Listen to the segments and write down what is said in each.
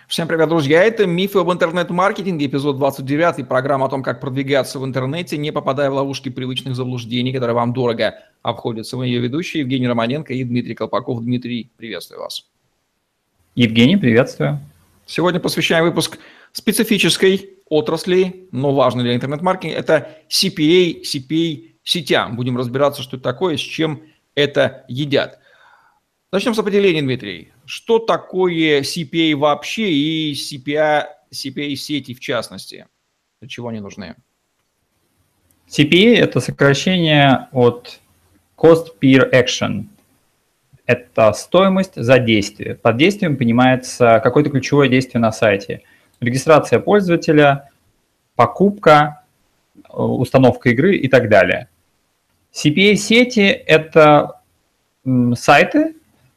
Всем привет, друзья! Это «Мифы об интернет-маркетинге», эпизод 29, программа о том, как продвигаться в интернете, не попадая в ловушки привычных заблуждений, которые вам дорого обходятся. Мы ее ведущие Евгений Романенко и Дмитрий Колпаков. Дмитрий, приветствую вас. Евгений, приветствую. Сегодня посвящаем выпуск специфической отрасли, но важной для интернет-маркетинга. Это CPA сетям. Будем разбираться, что это такое, с чем это едят. Начнем с определения, Дмитрий. Что такое CPA вообще и CPA сети в частности? Для чего они нужны? CPA – это сокращение от Cost Per Action. Это стоимость за действие. Под действием понимается какое-то ключевое действие на сайте. Регистрация пользователя, покупка, установка игры и так далее. CPA сети – это сайты,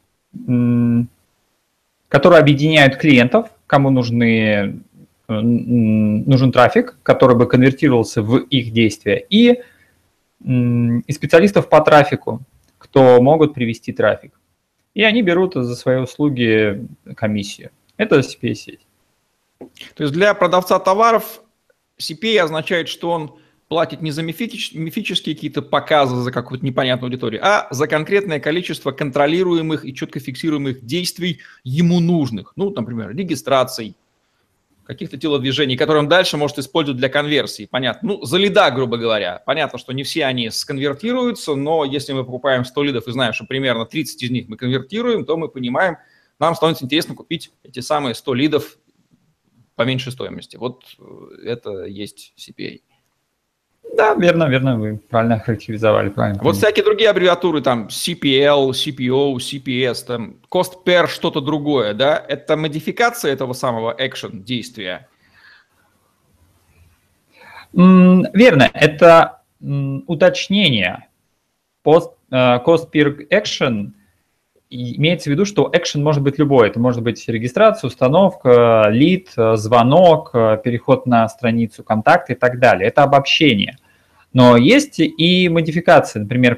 которые объединяют клиентов, кому нужен трафик, который бы конвертировался в их действия, и специалистов по трафику, кто могут привести трафик. И они берут за свои услуги комиссию. Это CPA-сеть. То есть для продавца товаров CPA означает, что он платит не за мифические какие-то показы за какую-то непонятную аудиторию, а за конкретное количество контролируемых и четко фиксируемых действий ему нужных. Ну, например, регистраций, каких-то телодвижений, которые он дальше может использовать для конверсии. Понятно. Ну, за лида, грубо говоря. Понятно, что не все они сконвертируются, но если мы покупаем 100 лидов и знаем, что примерно 30 из них мы конвертируем, то мы понимаем, нам становится интересно купить эти самые 100 лидов по меньшей стоимости. Вот это есть CPA. Да, верно, вы правильно характеризовали. Правильно. Вот всякие другие аббревиатуры, там CPL, CPO, CPS, там Cost Per что-то другое, да, это модификация этого самого action действия? Верно, это уточнение. Cost Per Action имеется в виду, что action может быть любой. Это может быть регистрация, установка, лид, звонок, переход на страницу контакта и так далее. Это обобщение. Но есть и модификации, например,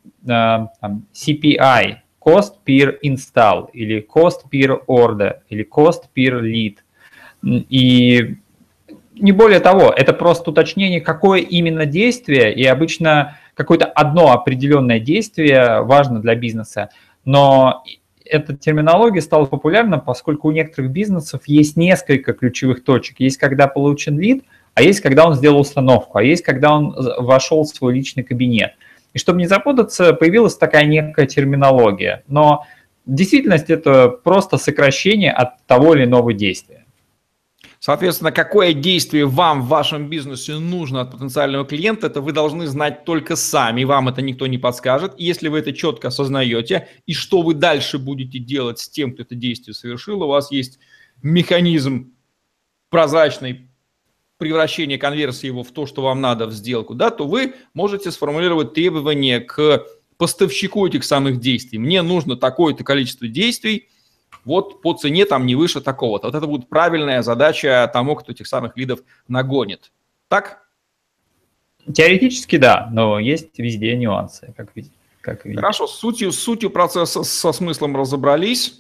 CPI, Cost Per Install, или Cost Per Order, или Cost Per Lead. И не более того, это просто уточнение, какое именно действие, и обычно какое-то одно определенное действие важно для бизнеса. Но эта терминология стала популярна, поскольку у некоторых бизнесов есть несколько ключевых точек. Есть когда получен лид, а есть когда он сделал установку, а есть когда он вошел в свой личный кабинет. И чтобы не запутаться, появилась такая некая терминология. Но в действительности это просто сокращение от того или иного действия. Соответственно, какое действие вам в вашем бизнесе нужно от потенциального клиента, это вы должны знать только сами, вам это никто не подскажет. И если вы это четко осознаете, и что вы дальше будете делать с тем, кто это действие совершил, у вас есть механизм прозрачный, превращения конверсии его в то, что вам надо в сделку, да, то вы можете сформулировать требования к поставщику этих самых действий. Мне нужно такое-то количество действий, вот по цене там не выше такого-то. Вот это будет правильная задача тому, кто этих самых лидов нагонит. Так? Теоретически да, но есть везде нюансы, как видите. Хорошо, с сутью процесса, со смыслом разобрались.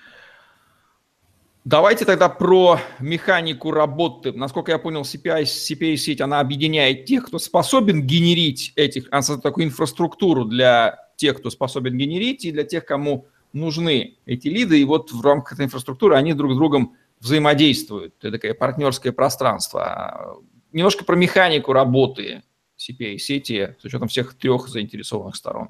Давайте тогда про механику работы. Насколько я понял, CPA-сеть, она объединяет тех, кто способен генерить такую инфраструктуру для тех, кто способен генерить, и для тех, кому нужны эти лиды. И вот в рамках этой инфраструктуры они друг с другом взаимодействуют. Это такое партнерское пространство. Немножко про механику работы CPA-сети с учетом всех трех заинтересованных сторон.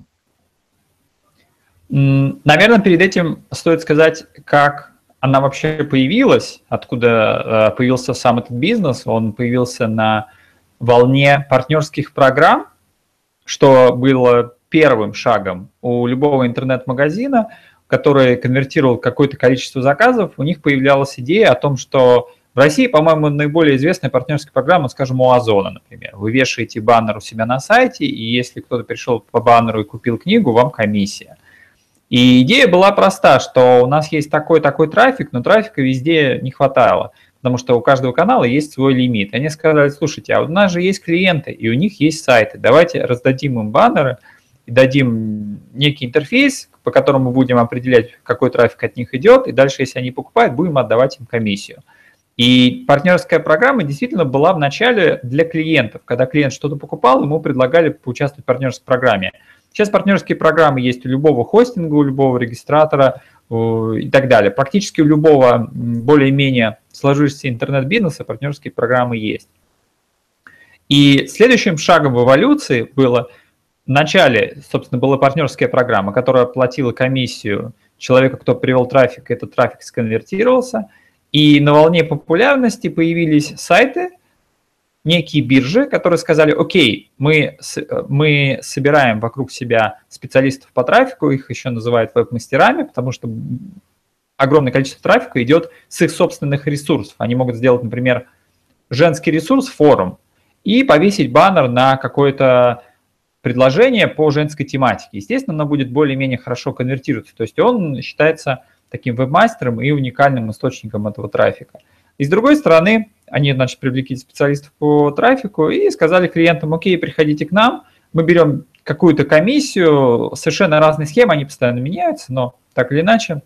Наверное, перед этим стоит сказать, как она вообще появилась, откуда появился сам этот бизнес. Он появился на волне партнерских программ, что было первым шагом у любого интернет-магазина, который конвертировал какое-то количество заказов. У них появлялась идея о том, что в России, по-моему, наиболее известная партнерская программа, скажем, у Озона, например. Вы вешаете баннер у себя на сайте, и если кто-то пришел по баннеру и купил книгу, вам комиссия. И идея была проста, что у нас есть такой трафик, но трафика везде не хватало, потому что у каждого канала есть свой лимит. Они сказали, слушайте, а у нас же есть клиенты, и у них есть сайты, давайте раздадим им баннеры и дадим некий интерфейс, по которому мы будем определять, какой трафик от них идет, и дальше, если они покупают, будем отдавать им комиссию. И партнерская программа действительно была в начале для клиентов. Когда клиент что-то покупал, ему предлагали поучаствовать в партнерской программе. Сейчас партнерские программы есть у любого хостинга, у любого регистратора и так далее. Практически у любого более-менее сложившегося интернет-бизнеса партнерские программы есть. И следующим шагом в эволюции было в начале, собственно, была партнерская программа, которая платила комиссию человеку, кто привел трафик, и этот трафик сконвертировался. И на волне популярности появились сайты, некие биржи, которые сказали: окей, мы собираем вокруг себя специалистов по трафику, их еще называют веб-мастерами, потому что огромное количество трафика идет с их собственных ресурсов. Они могут сделать, например, женский ресурс, форум, и повесить баннер на какое-то предложение по женской тематике. Естественно, оно будет более-менее хорошо конвертироваться. То есть он считается таким веб-мастером и уникальным источником этого трафика. И с другой стороны, они, значит, привлекли специалистов по трафику и сказали клиентам: окей, приходите к нам, мы берем какую-то комиссию, совершенно разные схемы, они постоянно меняются, но так или иначе,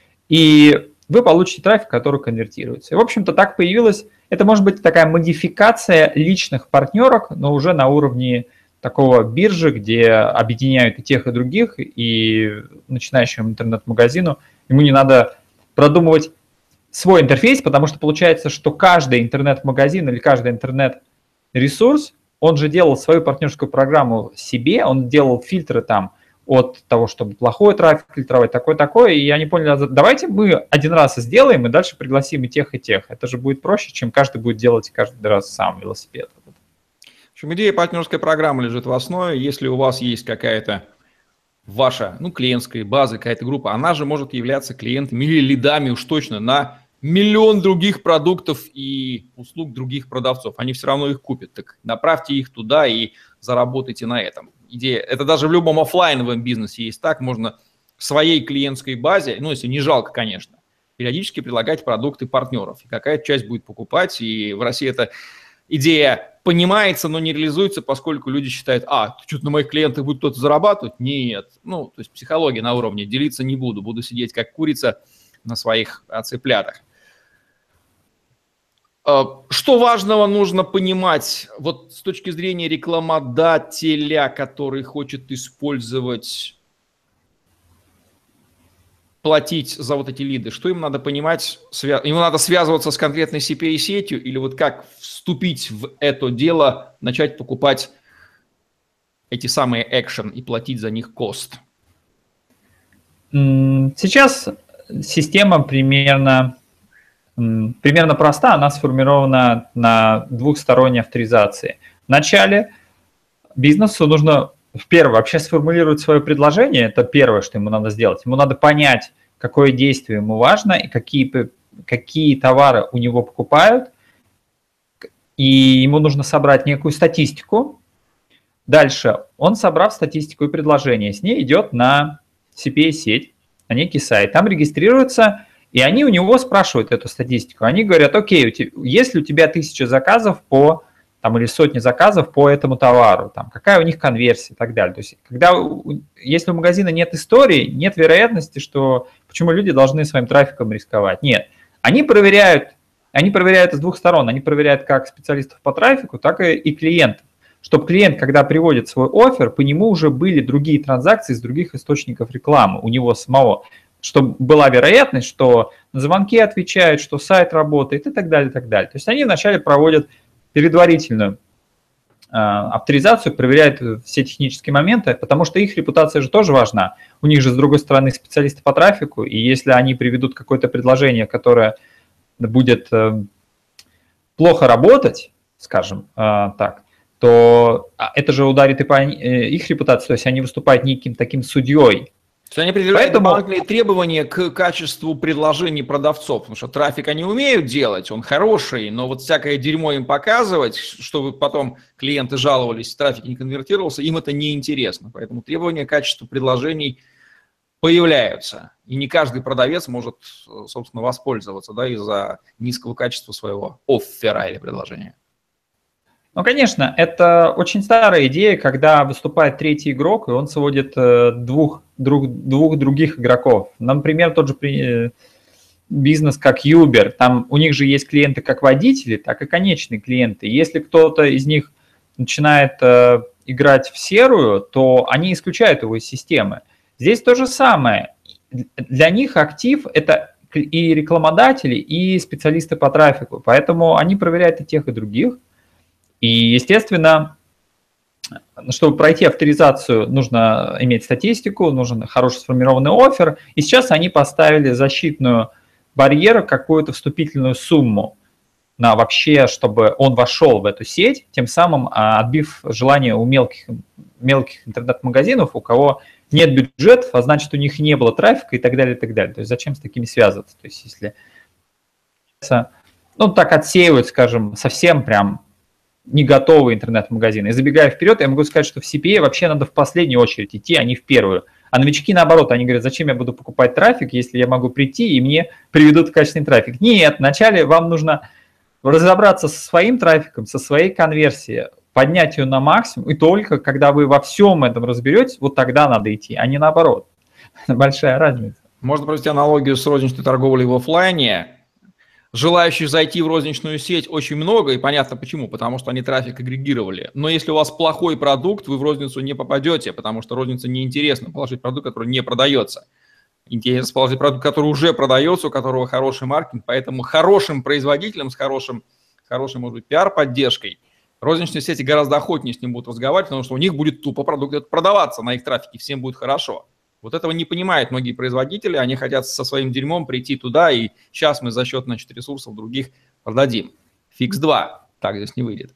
и вы получите трафик, который конвертируется. И, в общем-то, так появилась, это может быть такая модификация личных партнерок, но уже на уровне такого биржи, где объединяют и тех, и других, и начинающему интернет-магазину ему не надо продумывать свой интерфейс, потому что получается, что каждый интернет-магазин или каждый интернет-ресурс, он же делал свою партнерскую программу себе, он делал фильтры там от того, чтобы плохой трафик фильтровать, такое, и они поняли: давайте мы один раз сделаем, и дальше пригласим и тех, и тех. Это же будет проще, чем каждый будет делать каждый раз сам велосипед. В общем, идея партнерской программы лежит в основе. Если у вас есть какая-то ваша, клиентская база, какая-то группа, она же может являться клиентами или лидами уж точно на миллион других продуктов и услуг других продавцов. Они все равно их купят. Так направьте их туда и заработайте на этом. Идея, это даже в любом офлайновом бизнесе есть так. Можно в своей клиентской базе, если не жалко, конечно, периодически предлагать продукты партнеров. И какая-то часть будет покупать. И в России эта идея понимается, но не реализуется, поскольку люди считают: что-то на моих клиентах будет кто-то зарабатывать? Нет. То есть психология на уровне. Делиться не буду. Буду сидеть как курица на своих цыплятах. Что важного нужно понимать вот с точки зрения рекламодателя, который хочет использовать, платить за вот эти лиды? Что им надо понимать? Ему надо связываться с конкретной CPA-сетью или вот как вступить в это дело, начать покупать эти самые экшен и платить за них кост? Сейчас система примерно проста, она сформирована на двухсторонней авторизации. Вначале бизнесу нужно вообще сформулировать свое предложение, это первое, что ему надо сделать. Ему надо понять, какое действие ему важно и какие товары у него покупают, и ему нужно собрать некую статистику. Дальше он, собрав статистику и предложение, с ней идет на CPA-сеть, на некий сайт, там регистрируется, и они у него спрашивают эту статистику. Они говорят: окей, если у тебя 1000 заказов или сотни заказов по этому товару, какая у них конверсия и так далее. То есть, если у магазина нет истории, нет вероятности, что почему люди должны своим трафиком рисковать. Нет. Они проверяют с двух сторон. Они проверяют как специалистов по трафику, так и клиентов. Чтобы клиент, когда приводит свой оффер, по нему уже были другие транзакции с других источников рекламы у него самого. Чтобы была вероятность, что на звонки отвечают, что сайт работает и так далее, и так далее. То есть они вначале проводят предварительную авторизацию, проверяют все технические моменты, потому что их репутация же тоже важна. У них же, с другой стороны, специалисты по трафику, и если они приведут какое-то предложение, которое будет плохо работать, скажем так, то это же ударит и по их репутации, то есть они выступают неким таким судьей. То есть они определяют дополнительные требования к качеству предложений продавцов, потому что трафик они умеют делать, он хороший, но вот всякое дерьмо им показывать, чтобы потом клиенты жаловались, трафик не конвертировался, им это неинтересно. Поэтому требования к качеству предложений появляются. И не каждый продавец может, собственно, воспользоваться из-за низкого качества своего оффера или предложения. Конечно, это очень старая идея, когда выступает третий игрок, и он сводит двух двух других игроков. Например, тот же бизнес, как Uber. Там у них же есть клиенты как водители, так и конечные клиенты. Если кто-то из них начинает играть в серую, то они исключают его из системы. Здесь то же самое. Для них актив – это и рекламодатели, и специалисты по трафику. Поэтому они проверяют и тех, и других. И, естественно, чтобы пройти авторизацию, нужно иметь статистику, нужен хороший сформированный оффер. И сейчас они поставили защитную барьер, какую-то вступительную сумму на вообще, чтобы он вошел в эту сеть, тем самым отбив желание у мелких интернет-магазинов, у кого нет бюджетов, а значит, у них не было трафика и так далее, и так далее. То есть зачем с такими связываться? То есть если так отсеивают, скажем, совсем прям не готовые интернет-магазины. И забегая вперед, я могу сказать, что в CPA вообще надо в последнюю очередь идти, а не в первую. А новички, наоборот, они говорят, зачем я буду покупать трафик, если я могу прийти и мне приведут качественный трафик. Нет, вначале вам нужно разобраться со своим трафиком, со своей конверсией, поднять ее на максимум, и только когда вы во всем этом разберетесь, вот тогда надо идти, а не наоборот. Большая разница. Можно провести аналогию с розничной торговлей в офлайне. Желающих зайти в розничную сеть очень много, и понятно почему, потому что они трафик агрегировали. Но если у вас плохой продукт, вы в розницу не попадете, потому что рознице неинтересно положить продукт, который не продается. Интересно положить продукт, который уже продается, у которого хороший маркетинг, поэтому хорошим производителям с хорошей, может быть, пиар-поддержкой розничные сети гораздо охотнее с ним будут разговаривать, потому что у них будет тупо продукт продаваться на их трафике, всем будет хорошо. Вот этого не понимают многие производители, они хотят со своим дерьмом прийти туда, и сейчас мы за счет, ресурсов других продадим. Фикс 2, так здесь не выйдет.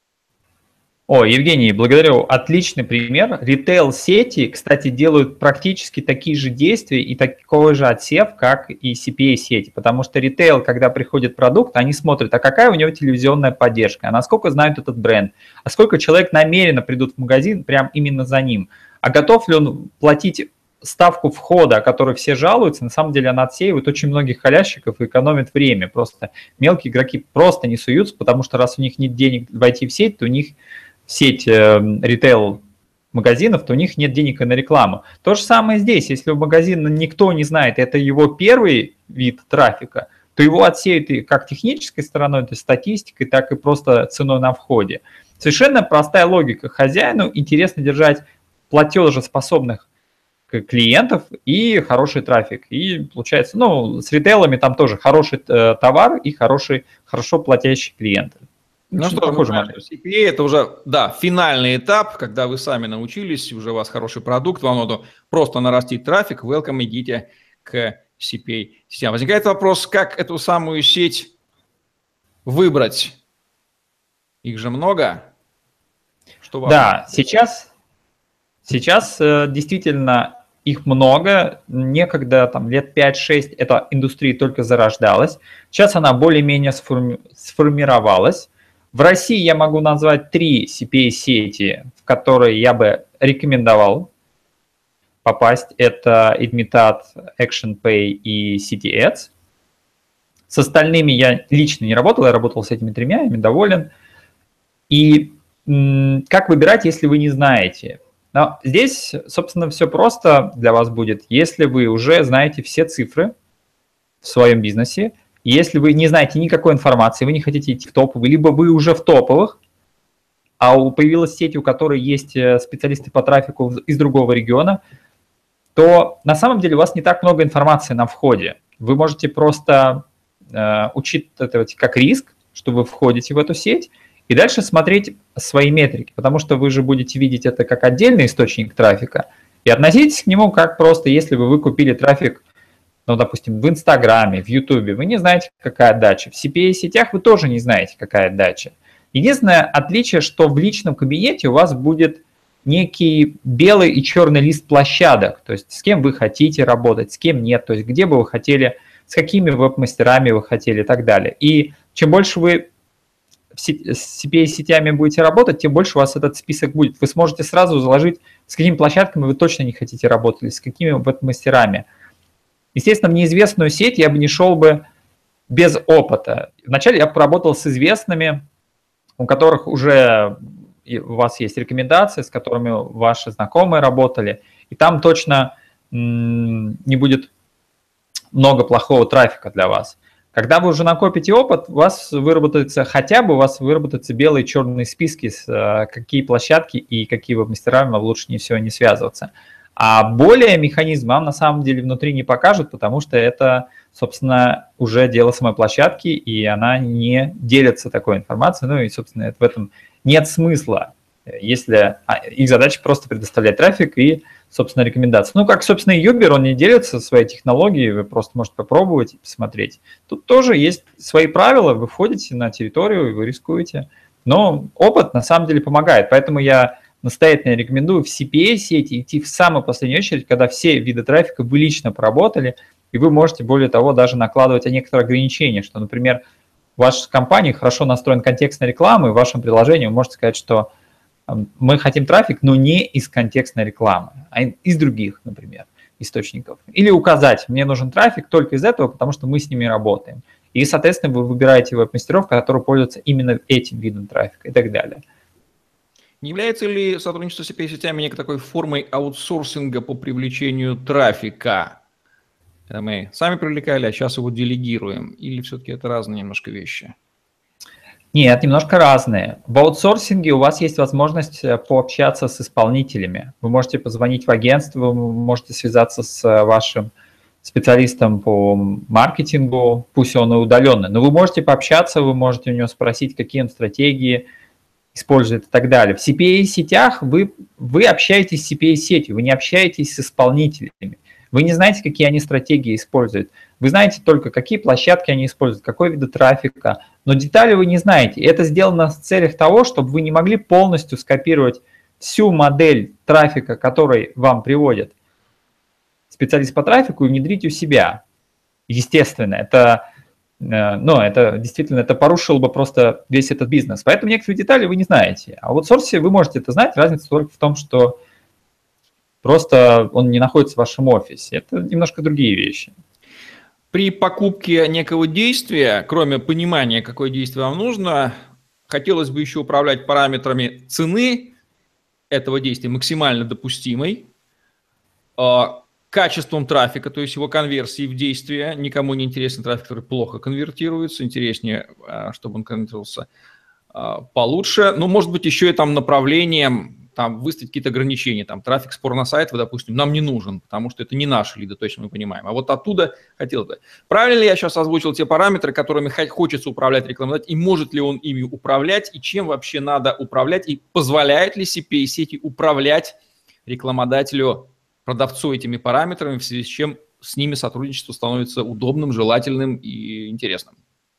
Евгений, благодарю. Отличный пример. Ритейл-сети, кстати, делают практически такие же действия и такой же отсев, как и CPA-сети, потому что ритейл, когда приходит продукт, они смотрят, а какая у него телевизионная поддержка, а насколько знают этот бренд, а сколько человек намеренно придут в магазин прям именно за ним, а готов ли он платить ставку входа, о которой все жалуются, на самом деле она отсеивает очень многих халящиков и экономит время. Просто мелкие игроки просто не суются, потому что раз у них нет денег войти в сеть, то у них в сеть ритейл-магазинов, то у них нет денег и на рекламу. То же самое здесь. Если в магазин никто не знает, это его первый вид трафика, то его отсеют и как технической стороной, то есть статистикой, так и просто ценой на входе. Совершенно простая логика. Хозяину интересно держать платежеспособных клиентов и хороший трафик. И получается, с ритейлами там тоже хороший товар и хорошо платящие клиенты. Ну что, CPA это уже, финальный этап, когда вы сами научились, уже у вас хороший продукт, вам надо просто нарастить трафик, welcome, идите к CPA-сетям. Возникает вопрос, как эту самую сеть выбрать? Их же много. Что важно? Да, сейчас действительно их много. Некогда, лет 5-6, эта индустрия только зарождалась. Сейчас она более-менее сформировалась. В России я могу назвать 3 CPA-сети, в которые я бы рекомендовал попасть. Это Admitat, ActionPay и CityAds. С остальными я лично не работал, я работал с этими 3, ими доволен. И как выбирать, если вы не знаете? Но здесь, собственно, все просто для вас будет, если вы уже знаете все цифры в своем бизнесе. Если вы не знаете никакой информации, вы не хотите идти в топовый, либо вы уже в топовых, а появилась сеть, у которой есть специалисты по трафику из другого региона, то на самом деле у вас не так много информации на входе. Вы можете просто учитывать как риск, что вы входите в эту сеть, и дальше смотреть свои метрики, потому что вы же будете видеть это как отдельный источник трафика, и относитесь к нему как просто, если вы купили трафик, допустим, в Инстаграме, в Ютубе, вы не знаете, какая отдача. В CPA-сетях вы тоже не знаете, какая отдача. Единственное отличие, что в личном кабинете у вас будет некий белый и черный лист площадок, то есть с кем вы хотите работать, с кем нет, то есть где бы вы хотели, с какими веб-мастерами вы хотели и так далее. И чем больше вы с CPA-сетями будете работать, тем больше у вас этот список будет. Вы сможете сразу заложить, с какими площадками вы точно не хотите работать, с какими веб-мастерами. Естественно, в неизвестную сеть я бы не шел бы без опыта. Вначале я поработал с известными, у которых уже у вас есть рекомендации, с которыми ваши знакомые работали, и там точно не будет много плохого трафика для вас. Когда вы уже накопите опыт, у вас выработаются белые и черные списки, какие площадки и какие веб-мастера вам лучше всего не связываться. А более механизм вам на самом деле внутри не покажут, потому что это, собственно, уже дело самой площадки, и она не делится такой информацией. Ну и, собственно, в этом нет смысла, если их задача просто предоставлять трафик и, собственно, рекомендации. Ну, как, собственно, и Uber, он не делится своей технологией, вы просто можете попробовать и посмотреть. Тут тоже есть свои правила, вы входите на территорию, и вы рискуете. Но опыт на самом деле помогает, поэтому я настоятельно рекомендую в CPA-сети идти в самую последнюю очередь, когда все виды трафика вы лично проработали, и вы можете, более того, даже накладывать некоторые ограничения, что, например, в вашей компании хорошо настроен контекстная реклама, и в вашем приложении вы можете сказать, что мы хотим трафик, но не из контекстной рекламы, а из других, например, источников. Или указать, мне нужен трафик только из этого, потому что мы с ними работаем. И, соответственно, вы выбираете веб-мастеров, которые пользуются именно этим видом трафика и так далее. Не является ли сотрудничество с CPA-сетями некой такой формой аутсорсинга по привлечению трафика? Это мы сами привлекали, а сейчас его делегируем. Или все-таки это разные немножко вещи? Нет, немножко разные. В аутсорсинге у вас есть возможность пообщаться с исполнителями. Вы можете позвонить в агентство, вы можете связаться с вашим специалистом по маркетингу, пусть он и удаленный, но вы можете пообщаться, вы можете у него спросить, какие он стратегии использует и так далее. В CPA-сетях вы общаетесь с CPA-сетью, вы не общаетесь с исполнителями. Вы не знаете, какие они стратегии используют. Вы знаете только, какие площадки они используют, какой вид трафика, но детали вы не знаете. И это сделано в целях того, чтобы вы не могли полностью скопировать всю модель трафика, который вам приводит специалист по трафику, и внедрить у себя. Естественно, это действительно, это порушило бы просто весь этот бизнес. Поэтому некоторые детали вы не знаете. А в аутсорсе вы можете это знать, разница только в том, что просто он не находится в вашем офисе. Это немножко другие вещи. При покупке некого действия, кроме понимания, какое действие вам нужно, хотелось бы еще управлять параметрами цены этого действия максимально допустимой, качеством трафика, то есть его конверсии в действие. Никому не интересен трафик, который плохо конвертируется, интереснее, чтобы он конвертировался получше. Но, может быть, еще и там направлением там выставить какие-то ограничения. Там трафик с порно-сайтов, допустим, нам не нужен, потому что это не наши лиды, точно мы понимаем. А вот оттуда хотел бы. Правильно ли я сейчас озвучил те параметры, которыми хочется управлять рекламодатель, и может ли он ими управлять, и чем вообще надо управлять, и позволяет ли CPA-сети управлять рекламодателю, продавцу этими параметрами, в связи с чем с ними сотрудничество становится удобным, желательным и интересным?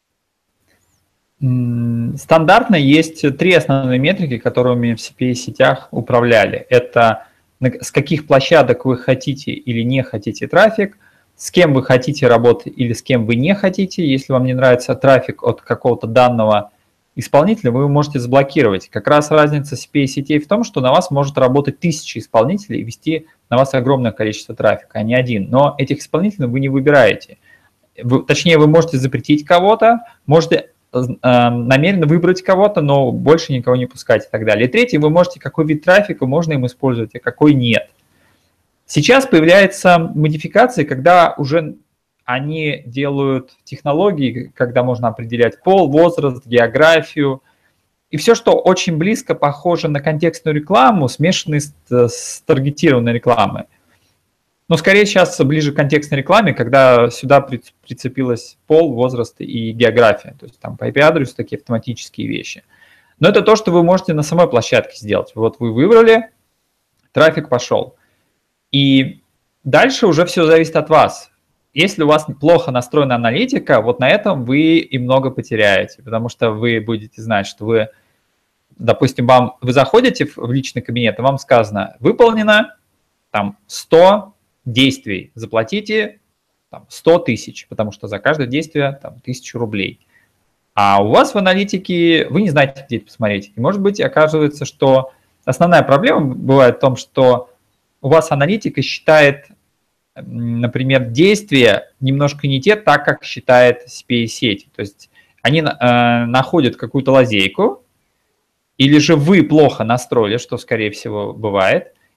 Стандартно есть три основные метрики, которыми в CPA-сетях управляли. Это с каких площадок вы хотите или не хотите трафик, с кем вы хотите работать или с кем вы не хотите. Если вам не нравится трафик от какого-то данного исполнителя, вы его можете заблокировать. Как раз разница CPA-сетей в том, что на вас может работать 1000 исполнителей и вести на вас огромное количество трафика, а не один. Но этих исполнителей вы не выбираете. Точнее, вы можете запретить кого-то, можете намеренно выбрать кого-то, но больше никого не пускать и так далее. И третье, вы можете, какой вид трафика можно им использовать, а какой нет. Сейчас появляются модификации, когда уже они делают технологии, когда можно определять пол, возраст, географию. И все, что очень близко похоже на контекстную рекламу, смешанной с таргетированной рекламой. Но скорее сейчас ближе к контекстной рекламе, когда сюда прицепилась пол, возраст и география. То есть там по IP-адресу такие автоматические вещи. Но это то, что вы можете на самой площадке сделать. Вот вы выбрали, трафик пошел. И дальше уже все зависит от вас. Если у вас плохо настроена аналитика, вот на этом вы и много потеряете, потому что вы будете знать, что вы, допустим, вы заходите в личный кабинет, и вам сказано, выполнено там 100 действий, заплатите там, 100 тысяч, потому что за каждое действие там, 1000 рублей. А у вас в аналитике вы не знаете, где это посмотреть. И может быть оказывается, что основная проблема бывает в том, что у вас аналитика считает, например, действия немножко не те, так как считает CPA-сеть. То есть они находят какую-то лазейку, или же вы плохо настроили, что скорее всего бывает,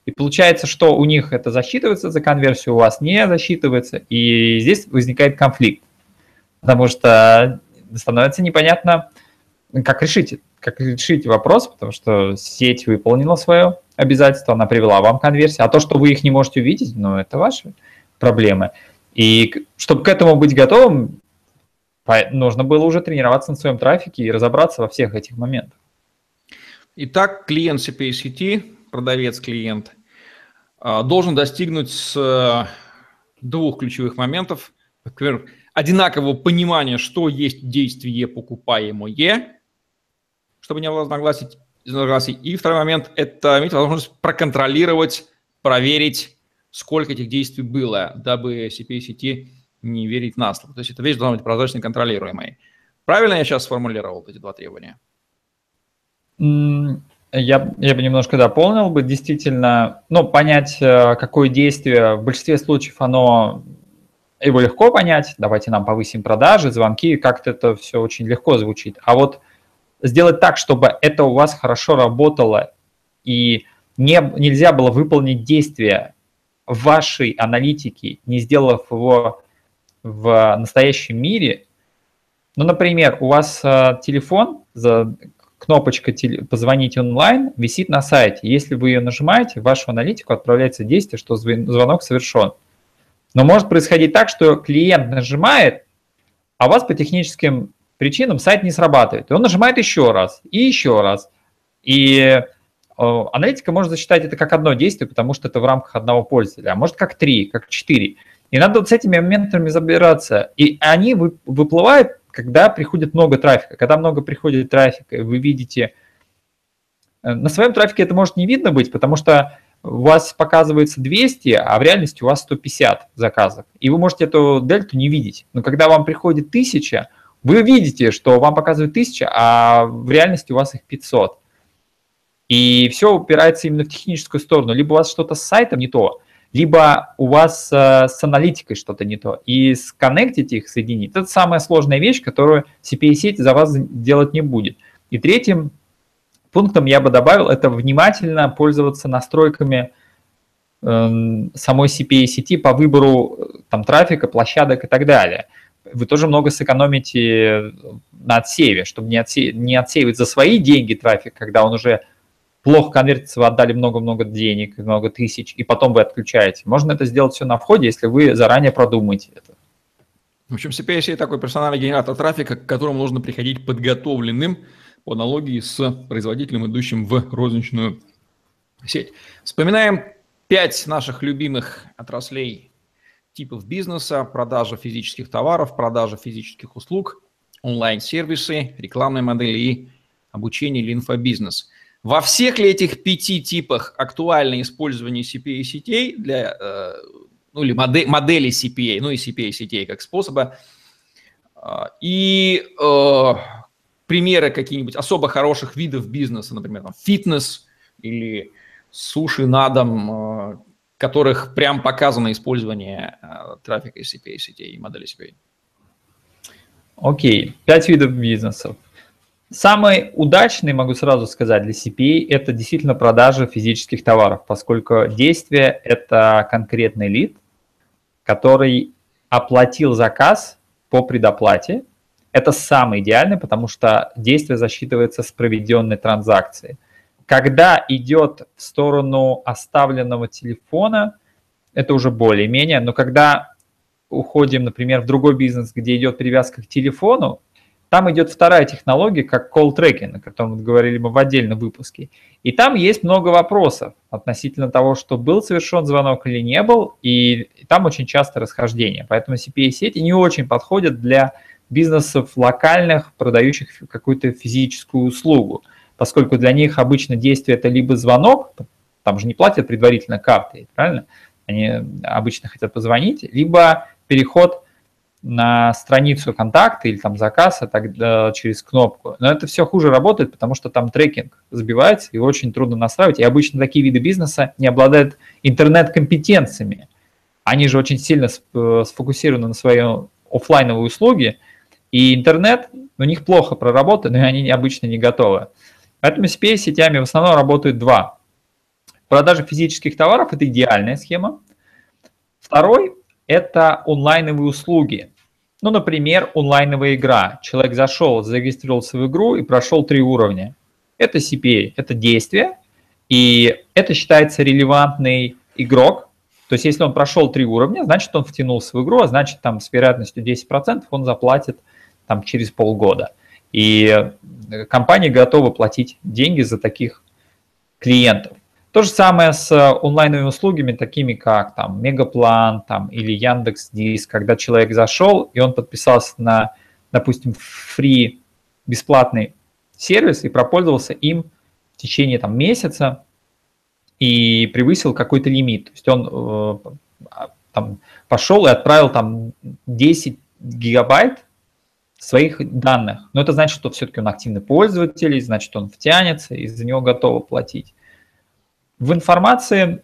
И получается, что у них это засчитывается за конверсию, у вас не засчитывается, и здесь возникает конфликт, потому что становится непонятно, как решить вопрос, потому что сеть выполнила свое обязательство, она привела вам конверсию, а то, что вы их не можете увидеть, ну, это ваши проблемы. И чтобы к этому быть готовым, нужно было уже тренироваться на своем трафике и разобраться во всех этих моментах. Итак, клиент CPA-сети, продавец-клиент, должен достигнуть двух ключевых моментов. Например, одинакового понимания, что есть действие покупаемое, чтобы не было разногласий. И второй момент – это иметь возможность проконтролировать, проверить, сколько этих действий было, дабы CPA-сети не верить на слово. То есть эта вещь должна быть прозрачной, контролируемой. Правильно я сейчас сформулировал эти два требования? Я бы немножко дополнил бы, действительно, понять, какое действие, в большинстве случаев его легко понять, давайте нам повысим продажи, звонки, как-то это все очень легко звучит. А вот сделать так, чтобы это у вас хорошо работало и нельзя было выполнить действие в вашей аналитике, не сделав его в настоящем мире. Например, у вас телефон, кнопочка «Позвонить онлайн» висит на сайте. Если вы ее нажимаете, в вашу аналитику отправляется действие, что звонок совершен. Но может происходить так, что клиент нажимает, а у вас по техническим причинам сайт не срабатывает. И он нажимает еще раз, и еще раз. И аналитика может засчитать это как одно действие, потому что это в рамках одного пользователя, а может как 3, как 4. И надо вот с этими моментами забираться. И они выплывают, когда приходит много трафика. Когда много приходит трафика, вы видите... На своем трафике это может не видно быть, потому что у вас показывается 200, а в реальности у вас 150 заказов. И вы можете эту дельту не видеть. Но когда вам приходит 1000, вы видите, что вам показывают 1000, а в реальности у вас их 500. И все упирается именно в техническую сторону. Либо у вас что-то с сайтом не то, либо у вас с аналитикой что-то не то. И сконнектить их, соединить – это самая сложная вещь, которую CPA-сеть за вас делать не будет. И третьим пунктом я бы добавил – это внимательно пользоваться настройками самой CPA-сети по выбору трафика, площадок и так далее. Вы тоже много сэкономите на отсеве, чтобы не отсеивать за свои деньги трафик, когда он уже плохо конвертится, вы отдали много-много денег, много тысяч, и потом вы отключаете. Можно это сделать все на входе, если вы заранее продумаете это. В общем, CPA-сеть такой персональный генератор трафика, к которому нужно приходить подготовленным по аналогии с производителем, идущим в розничную сеть. Вспоминаем 5 наших любимых отраслей типов бизнеса: продажа физических товаров, продажа физических услуг, онлайн-сервисы, рекламные модели и обучение или инфобизнес. Во всех ли этих 5 типах актуально использование CPA-сетей или модели CPA, и CPA-сетей как способа, и примеры какие-нибудь особо хороших видов бизнеса, например, фитнес или суши на дом, которых прям показано использование трафика из CPA-сетей и модели CPA? Окей, 5 видов бизнесов. Самый удачный, могу сразу сказать, для CPA – это действительно продажа физических товаров, поскольку действие – это конкретный лид, который оплатил заказ по предоплате. Это самый идеальный, потому что действие засчитывается с проведенной транзакции. Когда идет в сторону оставленного телефона, это уже более-менее, но когда уходим, например, в другой бизнес, где идет привязка к телефону, там идет вторая технология, как call-tracking, о котором мы говорили в отдельном выпуске. И там есть много вопросов относительно того, что был совершен звонок или не был, и там очень часто расхождение. Поэтому CPA-сети не очень подходят для бизнесов локальных, продающих какую-то физическую услугу, поскольку для них обычно действие – это либо звонок, там же не платят предварительно картой, правильно? Они обычно хотят позвонить, либо переход на страницу контакта или там заказ через кнопку. Но это все хуже работает, потому что там трекинг сбивается, и очень трудно настраивать. И обычно такие виды бизнеса не обладают интернет-компетенциями. Они же очень сильно сфокусированы на своей офлайновой услуге, и интернет у них плохо проработан, и они обычно не готовы. Поэтому с CPA-сетями в основном работают два. Продажа физических товаров – это идеальная схема. Второй – это онлайновые услуги. Ну, например, онлайновая игра. Человек зашел, зарегистрировался в игру и прошел 3 уровня. Это CPA, это действие, и это считается релевантный игрок. То есть, если он прошел 3 уровня, значит, он втянулся в игру, а значит, там с вероятностью 10% он заплатит там, через полгода. И компании готовы платить деньги за таких клиентов. То же самое с онлайновыми услугами, такими как там Мегаплан там, или Яндекс.Диск, когда человек зашел и он подписался на, допустим, free бесплатный сервис и пропользовался им в течение там, месяца и превысил какой-то лимит. То есть он там, пошел и отправил там 10 гигабайт своих данных. Но это значит, что все-таки он активный пользователь, значит, он втянется и за него готовы платить. В информации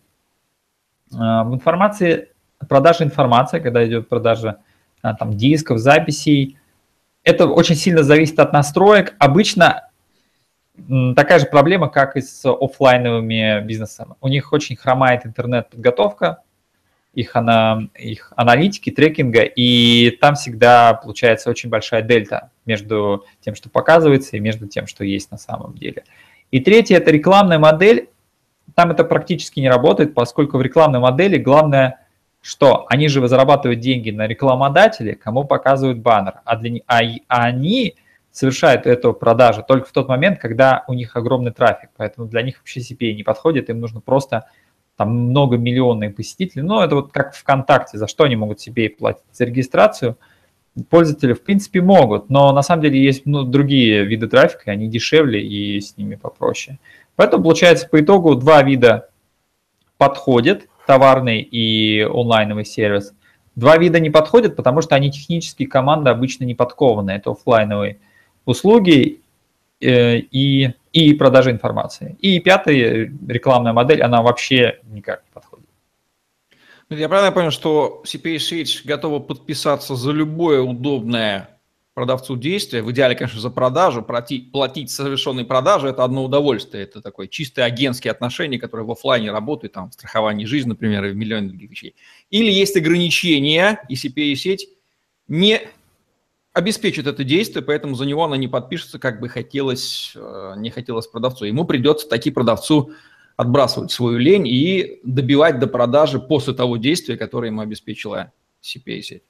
продажа информации, когда идет продажа там, дисков, записей, это очень сильно зависит от настроек. Обычно такая же проблема, как и с офлайновыми бизнесами. У них очень хромает интернет-подготовка, их аналитики, трекинга, и там всегда получается очень большая дельта между тем, что показывается, и между тем, что есть на самом деле. И третье – это рекламная модель. Там это практически не работает, поскольку в рекламной модели главное, что они же зарабатывают деньги на рекламодателе, кому показывают баннер, а они совершают эту продажу только в тот момент, когда у них огромный трафик, поэтому для них вообще CPA не подходит, им нужно просто там многомиллионные посетители, но это вот как ВКонтакте, за что они могут CPA платить? За регистрацию пользователи в принципе могут, но на самом деле есть другие виды трафика, они дешевле и с ними попроще. Поэтому получается по итогу 2 вида подходят, товарный и онлайновый сервис. 2 вида не подходят, потому что они технические команды обычно не подкованы. Это офлайновые услуги и продажа информации. И 5-я рекламная модель, она вообще никак не подходит. Я правильно понял, что CPA-сеть готова подписаться за любое удобное продавцу действия, в идеале, конечно, за продажу, платить совершенной продажи – это одно удовольствие, это такое чистые агентские отношения, которые в офлайне работают, там, в страховании жизни, например, и в миллионе других вещей. Или есть ограничения, и CPA-сеть не обеспечит это действие, поэтому за него она не подпишется, как бы не хотелось продавцу. Ему придется таки продавцу отбрасывать свою лень и добивать до продажи после того действия, которое ему обеспечила CPA-сеть.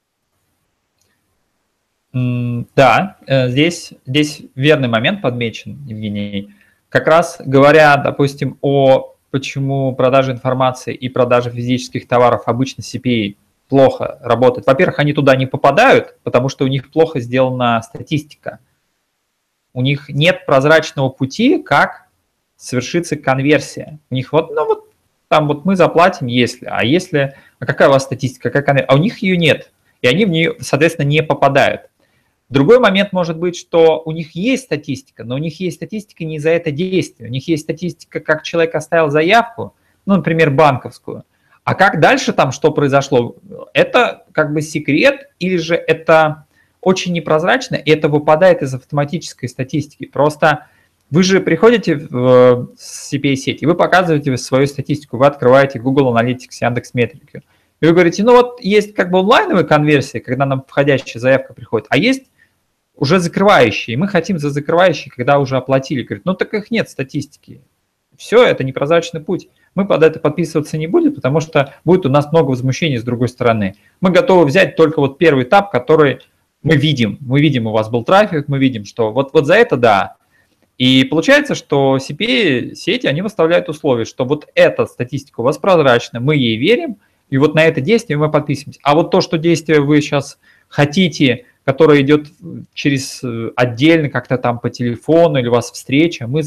Да, здесь верный момент подмечен, Евгений. Как раз говоря, допустим, почему продажа информации и продажа физических товаров обычно CPA плохо работают. Во-первых, они туда не попадают, потому что у них плохо сделана статистика. У них нет прозрачного пути, как совершится конверсия. У них там мы заплатим, а какая у вас статистика, а у них ее нет, и они в нее, соответственно, не попадают. Другой момент может быть, что у них есть статистика, но у них есть статистика не за это действие. У них есть статистика, как человек оставил заявку, например, банковскую. А как дальше там, что произошло, это как бы секрет, или же это очень непрозрачно, и это выпадает из автоматической статистики. Просто вы же приходите в CPA-сеть, и вы показываете свою статистику, вы открываете Google Analytics, Яндекс.Метрику. И вы говорите, есть как бы онлайновая конверсия, когда нам входящая заявка приходит, а есть уже закрывающие, и мы хотим за закрывающие, когда уже оплатили. Говорит, так их нет статистики. Все, это непрозрачный путь. Мы под это подписываться не будем, потому что будет у нас много возмущений с другой стороны. Мы готовы взять только первый этап, который мы видим. Мы видим, у вас был трафик, мы видим, что вот за это да. И получается, что CPA-сети, они выставляют условия, что эта статистика у вас прозрачна, мы ей верим, и на это действие мы подписываемся. А то, что действие вы сейчас хотите, которое идет через отдельно, как-то там по телефону или у вас встреча, мы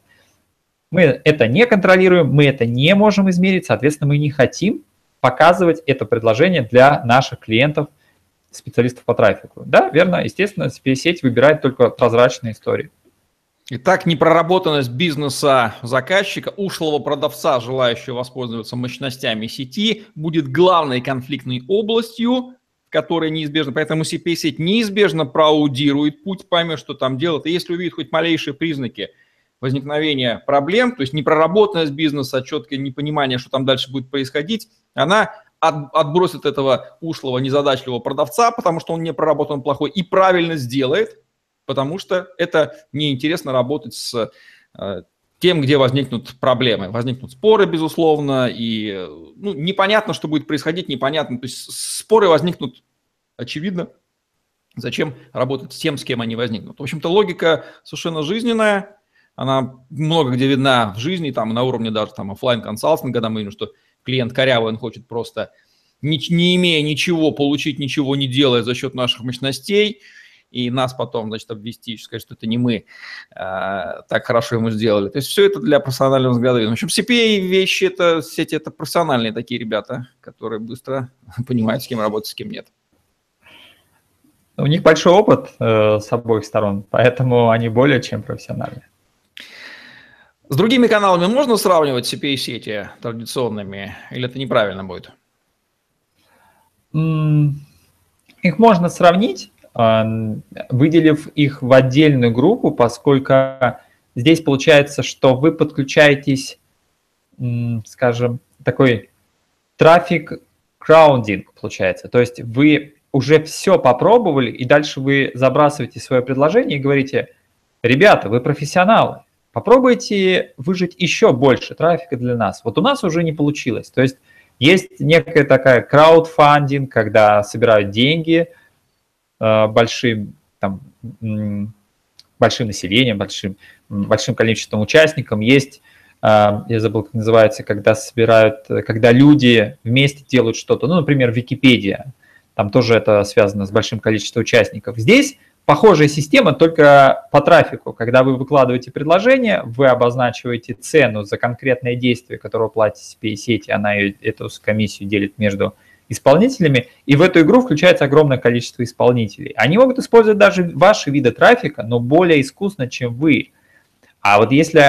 это не контролируем, мы это не можем измерить, соответственно, мы не хотим показывать это предложение для наших клиентов, специалистов по трафику. Да, верно, естественно, CPA-сеть выбирает только прозрачные истории. Итак, непроработанность бизнеса заказчика, ушлого продавца, желающего воспользоваться мощностями сети, будет главной конфликтной областью, которая неизбежна. Поэтому CPA-сеть неизбежно проаудирует путь, поймет, что там делать. И если увидит хоть малейшие признаки возникновения проблем, то есть непроработанность бизнеса, четкое непонимание, что там дальше будет происходить, она отбросит этого ушлого, незадачливого продавца, потому что он не проработан, плохой, и правильно сделает, потому что это неинтересно работать с тем, где возникнут проблемы. Возникнут споры, безусловно, и непонятно, что будет происходить, непонятно. То есть споры возникнут, очевидно. Зачем работать с тем, с кем они возникнут? В общем-то, логика совершенно жизненная. Она много где видна в жизни, там на уровне даже там офлайн-консалтинга, когда мы видим, что клиент корявый, он хочет просто, не имея ничего, получить ничего, не делая за счет наших мощностей, и нас потом, значит, обвести, сказать, что это не мы так хорошо ему сделали. То есть все это для профессионального взгляда. В общем, CPA вещи, это профессиональные такие ребята, которые быстро понимают, с кем работать, с кем нет. У них большой опыт с обоих сторон, поэтому они более чем профессиональные. С другими каналами можно сравнивать CPA-сети традиционными, или это неправильно будет? Их можно сравнить, выделив их в отдельную группу, поскольку здесь получается, что вы подключаетесь, скажем, такой трафик краундинг получается. То есть вы уже все попробовали, и дальше вы забрасываете свое предложение и говорите: ребята, вы профессионалы, попробуйте выжать еще больше трафика для нас. Вот у нас уже не получилось. То есть есть некая такая краудфандинг, когда собирают деньги большим населением, большим количеством участников. Есть, я забыл, как называется, когда люди вместе делают что-то, например, Википедия, там тоже это связано с большим количеством участников. Здесь похожая система, только по трафику. Когда вы выкладываете предложение, вы обозначиваете цену за конкретное действие, которое платите CPA-сети, она эту комиссию делит между исполнителями, и в эту игру включается огромное количество исполнителей. Они могут использовать даже ваши виды трафика, но более искусно, чем вы. А вот если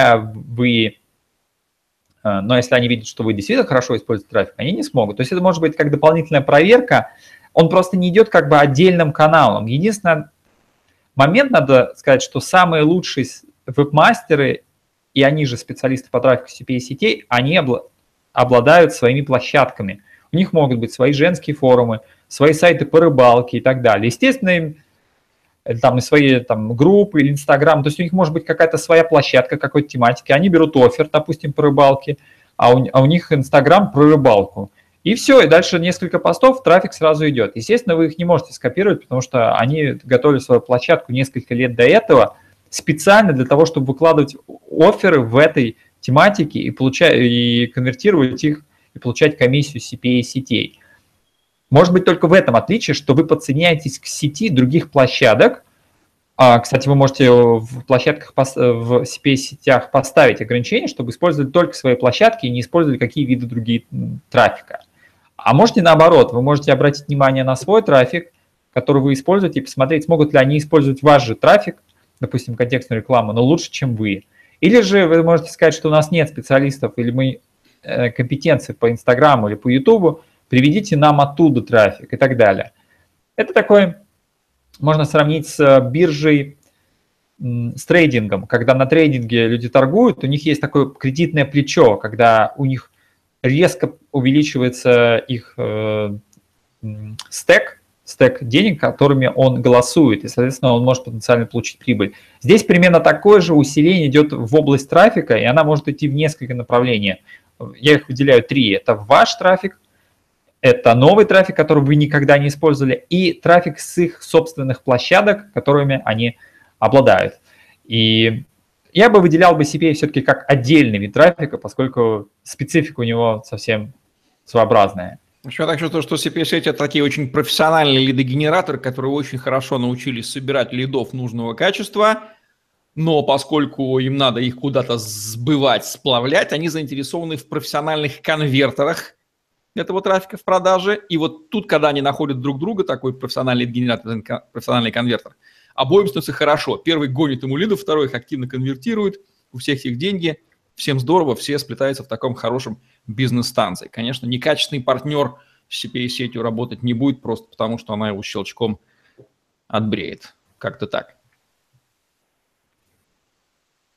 они видят, что вы действительно хорошо используете трафик, они не смогут. То есть это может быть как дополнительная проверка, он просто не идет как бы отдельным каналом. Единственный момент, надо сказать, что самые лучшие веб-мастеры, и они же специалисты по трафику CPA-сетей, они обладают своими площадками. У них могут быть свои женские форумы, свои сайты по рыбалке и так далее. Естественно, там и свои группы или Инстаграм. То есть у них может быть какая-то своя площадка какой-то тематики. Они берут оффер, допустим, по рыбалке, а у них Инстаграм про рыбалку. И все, и дальше несколько постов, трафик сразу идет. Естественно, вы их не можете скопировать, потому что они готовили свою площадку несколько лет до этого специально для того, чтобы выкладывать офферы в этой тематике и конвертировать их и получать комиссию CPA-сетей. Может быть только в этом отличие, что вы подсоединяетесь к сети других площадок. Кстати, вы можете в площадках, в CPA-сетях поставить ограничения, чтобы использовать только свои площадки и не использовали какие виды другие трафика. А можете наоборот, вы можете обратить внимание на свой трафик, который вы используете, и посмотреть, смогут ли они использовать ваш же трафик, допустим, контекстную рекламу, но лучше, чем вы. Или же вы можете сказать, что у нас нет специалистов, или мы компетенции по Инстаграму или по Ютубу, приведите нам оттуда трафик и так далее. Это такой, можно сравнить с биржей, с трейдингом. Когда на трейдинге люди торгуют, у них есть такое кредитное плечо, когда у них резко увеличивается их стек денег, которыми он голосует, и, соответственно, он может потенциально получить прибыль. Здесь примерно такое же усиление идет в область трафика, и она может идти в несколько направлений. Я их выделяю 3. Это ваш трафик, это новый трафик, который вы никогда не использовали, и трафик с их собственных площадок, которыми они обладают. И я бы выделял CPA все-таки как отдельный вид трафика, поскольку специфика у него совсем своеобразная. Я так чувствую, что CPA-сети – это такие очень профессиональные лидогенераторы, которые очень хорошо научились собирать лидов нужного качества, но поскольку им надо их куда-то сбывать, сплавлять, они заинтересованы в профессиональных конвертерах этого трафика в продаже. И вот тут, когда они находят друг друга, такой профессиональный лид-генератор, профессиональный конвертер, обоим становится хорошо. Первый гонит ему лидов, второй их активно конвертирует, у всех их деньги, всем здорово, все сплетаются в таком хорошем бизнес-станции. Конечно, некачественный партнер с CPA-сетью работать не будет, просто потому что она его щелчком отбреет. Как-то так.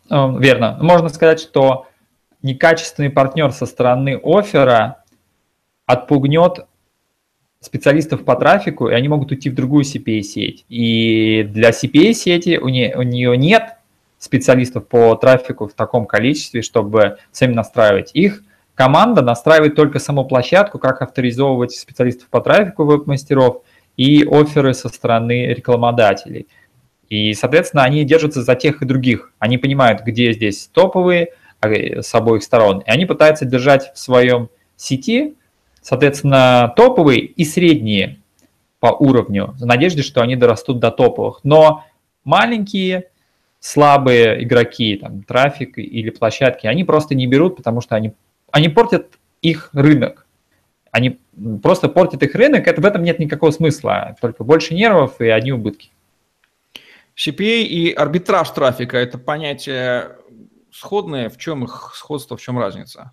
Верно. Можно сказать, что некачественный партнер со стороны оффера отпугнет специалистов по трафику, и они могут уйти в другую CPA-сеть. И для CPA-сети у нее нет специалистов по трафику в таком количестве, чтобы сами настраивать их. Команда настраивает только саму площадку, как авторизовывать специалистов по трафику, веб-мастеров и офферы со стороны рекламодателей. И, соответственно, они держатся за тех и других. Они понимают, где здесь топовые с обоих сторон. И они пытаются держать в своем сети, соответственно, топовые и средние по уровню, в надежде, что они дорастут до топовых. Но маленькие, слабые игроки, там, трафик или площадки, они просто не берут, потому что они портят их рынок. Они просто портят их рынок, в этом нет никакого смысла, только больше нервов и одни убытки. CPA и арбитраж трафика – это понятия сходные, в чем их сходство, в чем разница?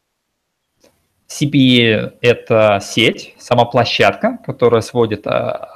CPA – это сеть, сама площадка, которая сводит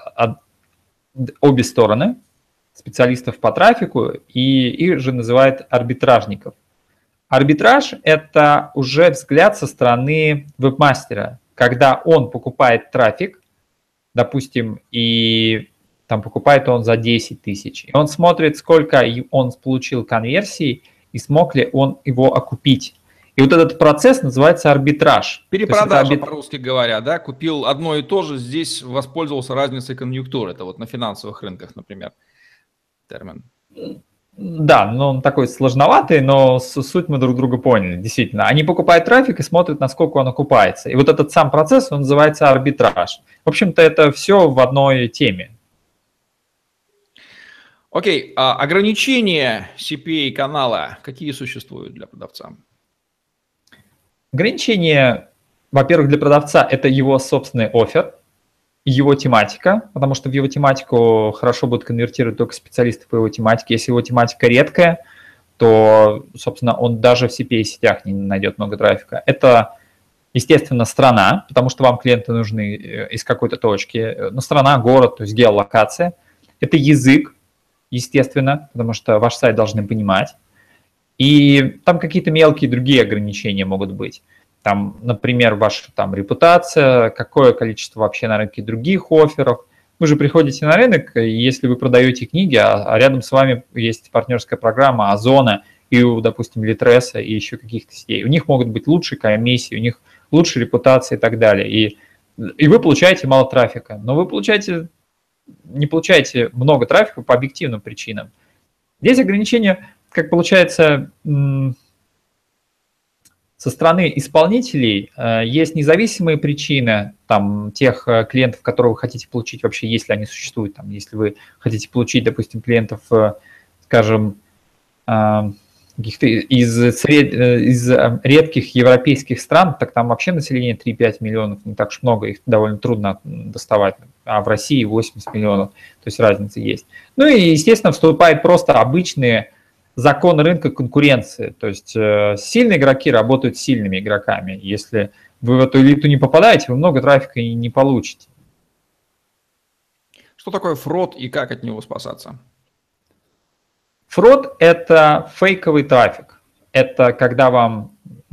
обе стороны, специалистов по трафику, и их же называют арбитражников. Арбитраж – это уже взгляд со стороны веб-мастера, когда он покупает трафик, допустим, и там покупает он за 10 тысяч. И он смотрит, сколько он получил конверсий и смог ли он его окупить. И вот этот процесс называется арбитраж. Перепродажа, по-русски говоря, да? Купил одно и то же, здесь воспользовался разницей конъюнктуры. Это вот на финансовых рынках, например, термин. Да, но он такой сложноватый, но суть мы друг друга поняли, действительно. Они покупают трафик и смотрят, насколько он окупается. И вот этот сам процесс, он называется арбитраж. В общем-то, это все в одной теме. Окей, ограничения CPA-канала какие существуют для продавца? Ограничения, во-первых, для продавца – это его собственный оффер, его тематика, потому что в его тематику хорошо будут конвертировать только специалисты по его тематике. Если его тематика редкая, то, собственно, он даже в CPA-сетях не найдет много трафика. Это, естественно, страна, потому что вам клиенты нужны из какой-то точки. Ну, страна, город, то есть геолокация. Это язык, естественно, потому что ваш сайт должны понимать. И там какие-то мелкие другие ограничения могут быть. Там, например, ваша там репутация, какое количество вообще на рынке других офферов. Вы же приходите на рынок, и если вы продаете книги, а рядом с вами есть партнерская программа Озона и, допустим, Литреса и еще каких-то сетей. У них могут быть лучшие комиссии, у них лучшая репутация и так далее. И вы получаете мало трафика, но вы не получаете много трафика по объективным причинам. Здесь ограничения, как получается, со стороны исполнителей есть независимые причины там, тех клиентов, которые вы хотите получить вообще, если они существуют. Там, если вы хотите получить, допустим, клиентов, скажем, каких-то из редких европейских стран, так там вообще население 3-5 миллионов, не так уж много, их довольно трудно доставать, а в России 80 миллионов, то есть разница есть. Ну и, естественно, вступают просто обычные законы рынка конкуренции, то есть сильные игроки работают с сильными игроками. Если вы в эту элиту не попадаете, вы много трафика и не получите. Что такое фрод и как от него спасаться? Фрод – это фейковый трафик. Это когда вам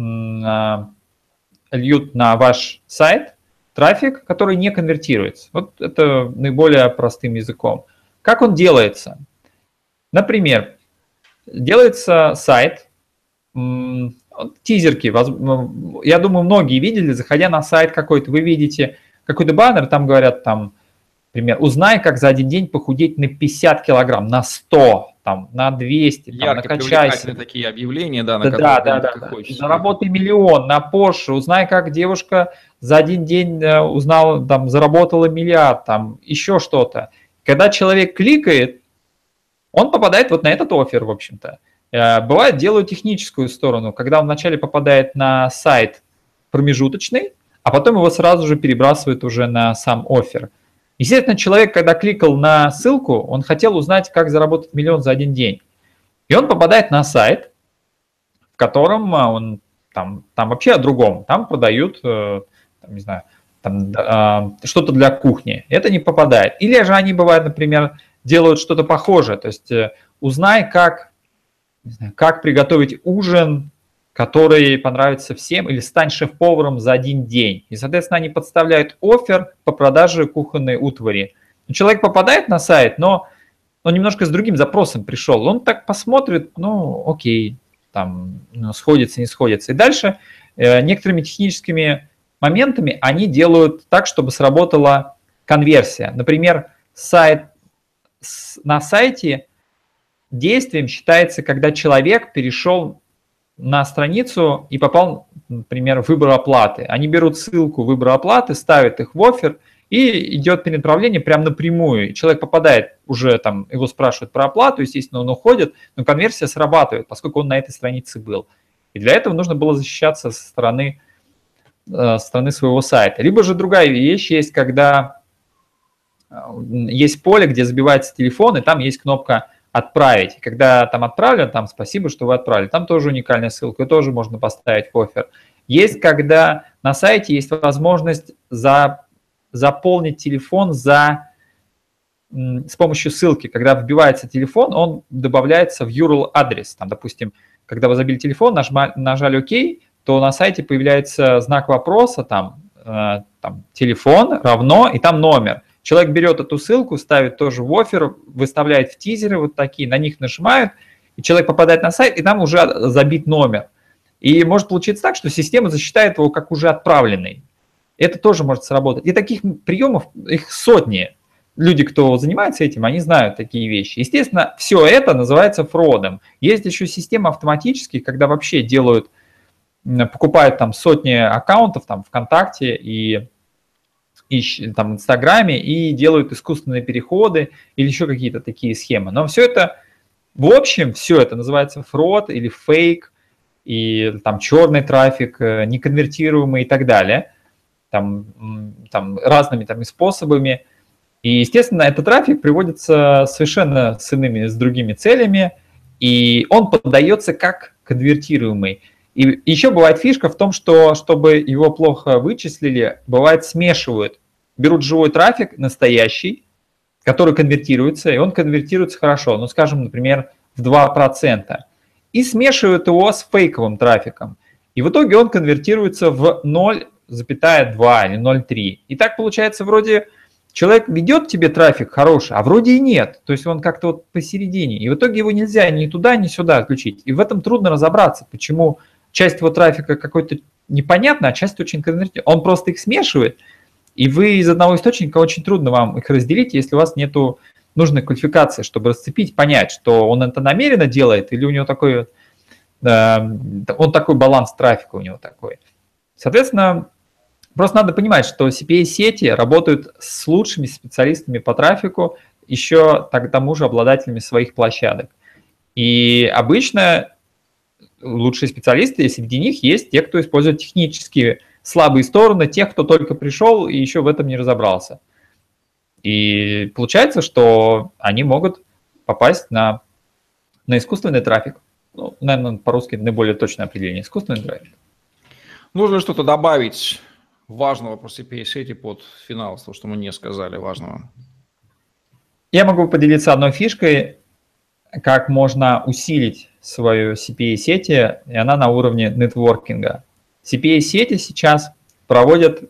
льют на ваш сайт трафик, который не конвертируется. Вот это наиболее простым языком. Как он делается? Например, делается сайт, тизерки, я думаю, многие видели, заходя на сайт какой-то, вы видите какой-то баннер, там говорят, там, например, узнай, как за один день похудеть на 50 килограмм, на 100, там, на 200, там, накачайся. Такие объявления, да, на которые ты хочешь. Заработай миллион на Porsche, узнай, как девушка за один день узнала, там, заработала миллиард, там, еще что-то. Когда человек кликает, он попадает вот на этот оффер, в общем-то. Бывает, делают техническую сторону, когда он вначале попадает на сайт промежуточный, а потом его сразу же перебрасывают уже на сам оффер. Естественно, человек, когда кликал на ссылку, он хотел узнать, как заработать миллион за один день. И он попадает на сайт, в котором он там вообще о другом. Там продают, там, не знаю, там, что-то для кухни. Это не попадает. Или же они, бывают, например, делают что-то похожее. То есть узнай, как не знаю, как приготовить ужин, который понравится всем, или стань шеф-поваром за один день. И, соответственно, они подставляют оффер по продаже кухонной утвари. Человек попадает на сайт, но он немножко с другим запросом пришел. Он так посмотрит, ну, окей, там, сходится, не сходится. И дальше некоторыми техническими моментами они делают так, чтобы сработала конверсия. Например, на сайте действием считается, когда человек перешел на страницу и попал, например, в выбор оплаты. Они берут ссылку выбора оплаты, ставят их в оффер, и идет перенаправление прямо напрямую. Человек попадает, уже там его спрашивают про оплату, естественно, он уходит, но конверсия срабатывает, поскольку он на этой странице был. И для этого нужно было защищаться со стороны своего сайта. Либо же другая вещь есть, когда есть поле, где забивается телефон, и там есть кнопка «Отправить». Когда там отправлено, там «Спасибо, что вы отправили». Там тоже уникальная ссылка, ее тоже можно поставить в оффер. Есть, когда на сайте есть возможность заполнить телефон с помощью ссылки. Когда вбивается телефон, он добавляется в URL-адрес. Там, допустим, когда вы забили телефон, нажали ОК, то на сайте появляется знак вопроса, там телефон равно, и там номер. Человек берет эту ссылку, ставит тоже в оффер, выставляет в тизеры вот такие, на них нажимают, и человек попадает на сайт, и там уже забит номер. И может получиться так, что система засчитает его как уже отправленный. Это тоже может сработать. И таких приемов, их сотни. Люди, кто занимается этим, они знают такие вещи. Естественно, все это называется фродом. Есть еще системы автоматические, когда вообще покупают там сотни аккаунтов там ВКонтакте и там в Инстаграме и делают искусственные переходы или еще какие-то такие схемы. Но все это, в общем, все это называется фрод или фейк, и там черный трафик, неконвертируемый и так далее. Там разными способами. И, естественно, этот трафик приводится совершенно с другими целями, и он поддается как конвертируемый. И еще бывает фишка в том, что, чтобы его плохо вычислили, бывает смешивают. Берут живой трафик, настоящий, который конвертируется, и он конвертируется хорошо, ну, скажем, например, в 2%, и смешивают его с фейковым трафиком. И в итоге он конвертируется в 0,2 или 0,3. И так получается, вроде человек ведет тебе трафик хороший, а вроде и нет. То есть он как-то вот посередине. И в итоге его нельзя ни туда, ни сюда отключить. И в этом трудно разобраться, почему часть его трафика какой-то непонятная, а часть очень конвертирует. Он просто их смешивает, и вы из одного источника очень трудно вам их разделить, если у вас нету нужной квалификации, чтобы расцепить, понять, что он это намеренно делает, или у него такой баланс трафика у него такой. Соответственно, просто надо понимать, что CPA-сети работают с лучшими специалистами по трафику, еще к тому же обладателями своих площадок. И обычно лучшие специалисты, и среди них есть те, кто использует технические слабые стороны, тех, кто только пришел и еще в этом не разобрался. И получается, что они могут попасть на искусственный трафик. Ну, наверное, по-русски наиболее точное определение. Искусственный трафик. Нужно что-то добавить важного про CPA-сети под финал, то, что мы не сказали важного. Я могу поделиться одной фишкой, как можно усилить свою CPA-сети, и она на уровне нетворкинга. CPA-сети сейчас проводят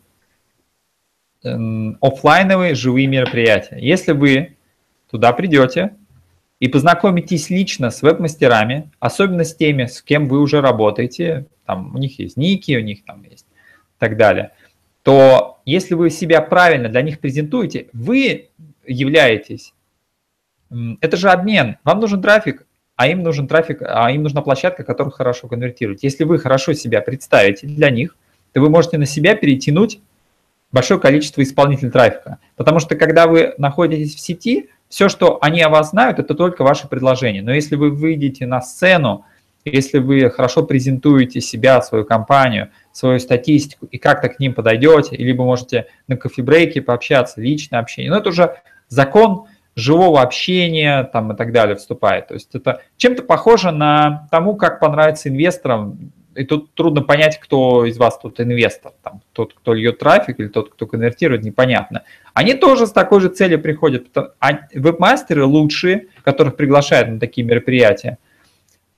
офлайновые живые мероприятия. Если вы туда придете и познакомитесь лично с веб-мастерами, особенно с теми, с кем вы уже работаете, там у них есть ники, у них там есть и так далее, то если вы себя правильно для них презентуете, вы являетесь, это же обмен, вам нужен трафик, а им нужна площадка, которая хорошо конвертирует. Если вы хорошо себя представите для них, то вы можете на себя перетянуть большое количество исполнителей трафика. Потому что когда вы находитесь в сети, все, что они о вас знают, это только ваши предложения. Но если вы выйдете на сцену, если вы хорошо презентуете себя, свою компанию, свою статистику и как-то к ним подойдете, либо можете на кофе-брейке пообщаться, личное общение, но это уже закон живого общения там, и так далее вступает. То есть это чем-то похоже на тому, как понравится инвесторам. И тут трудно понять, кто из вас тут инвестор. Там, тот, кто льет трафик, или тот, кто конвертирует, непонятно. Они тоже с такой же целью приходят. А веб-мастеры лучшие, которых приглашают на такие мероприятия,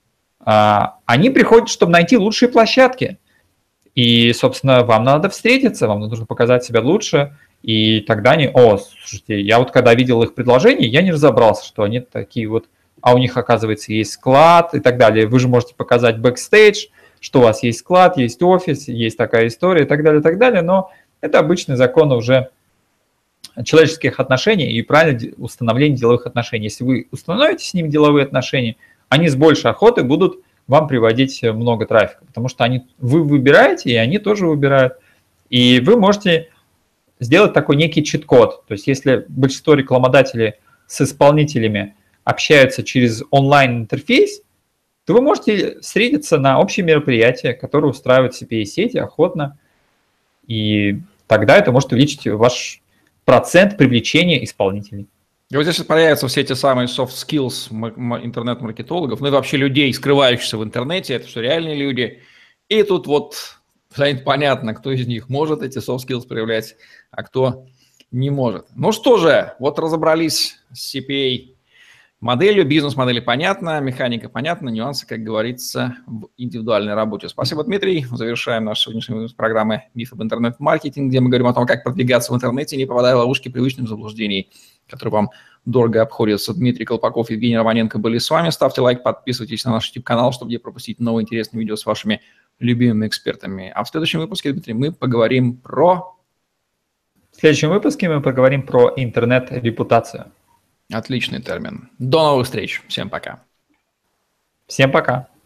они приходят, чтобы найти лучшие площадки. И, собственно, вам надо встретиться, вам нужно показать себя лучше, и тогда они, слушайте, я вот когда видел их предложение, я не разобрался, что они такие вот, а у них, оказывается, есть склад и так далее. Вы же можете показать бэкстейдж, что у вас есть склад, есть офис, есть такая история и так далее, но это обычный закон уже человеческих отношений и правильно установления деловых отношений. Если вы установите с ними деловые отношения, они с большей охотой будут вам приводить много трафика, потому что вы выбираете, и они тоже выбирают. И вы можете сделать такой некий чит-код. То есть если большинство рекламодателей с исполнителями общаются через онлайн-интерфейс, то вы можете встретиться на общие мероприятия, которые устраивают CPA-сети охотно, и тогда это может увеличить ваш процент привлечения исполнителей. И вот здесь появятся все эти самые soft skills интернет-маркетологов, ну и вообще людей, скрывающихся в интернете, это все реальные люди. И тут вот станет понятно, кто из них может эти soft skills проявлять, а кто не может. Ну что же, вот разобрались с CPA моделью, бизнес-модели понятно, механика понятна, нюансы, как говорится, в индивидуальной работе. Спасибо, Дмитрий. Завершаем нашу сегодняшнюю выпуск программы «Миф об интернет-маркетинге», где мы говорим о том, как продвигаться в интернете, не попадая в ловушки привычных заблуждений, которые вам дорого обходятся. Дмитрий Колпаков и Евгений Романенко были с вами. Ставьте лайк, подписывайтесь на наш YouTube-канал, чтобы не пропустить новые интересные видео с вашими любимыми экспертами. А в следующем выпуске, Дмитрий, мы поговорим про... В следующем выпуске мы поговорим про интернет-репутацию. Отличный термин. До новых встреч. Всем пока. Всем пока.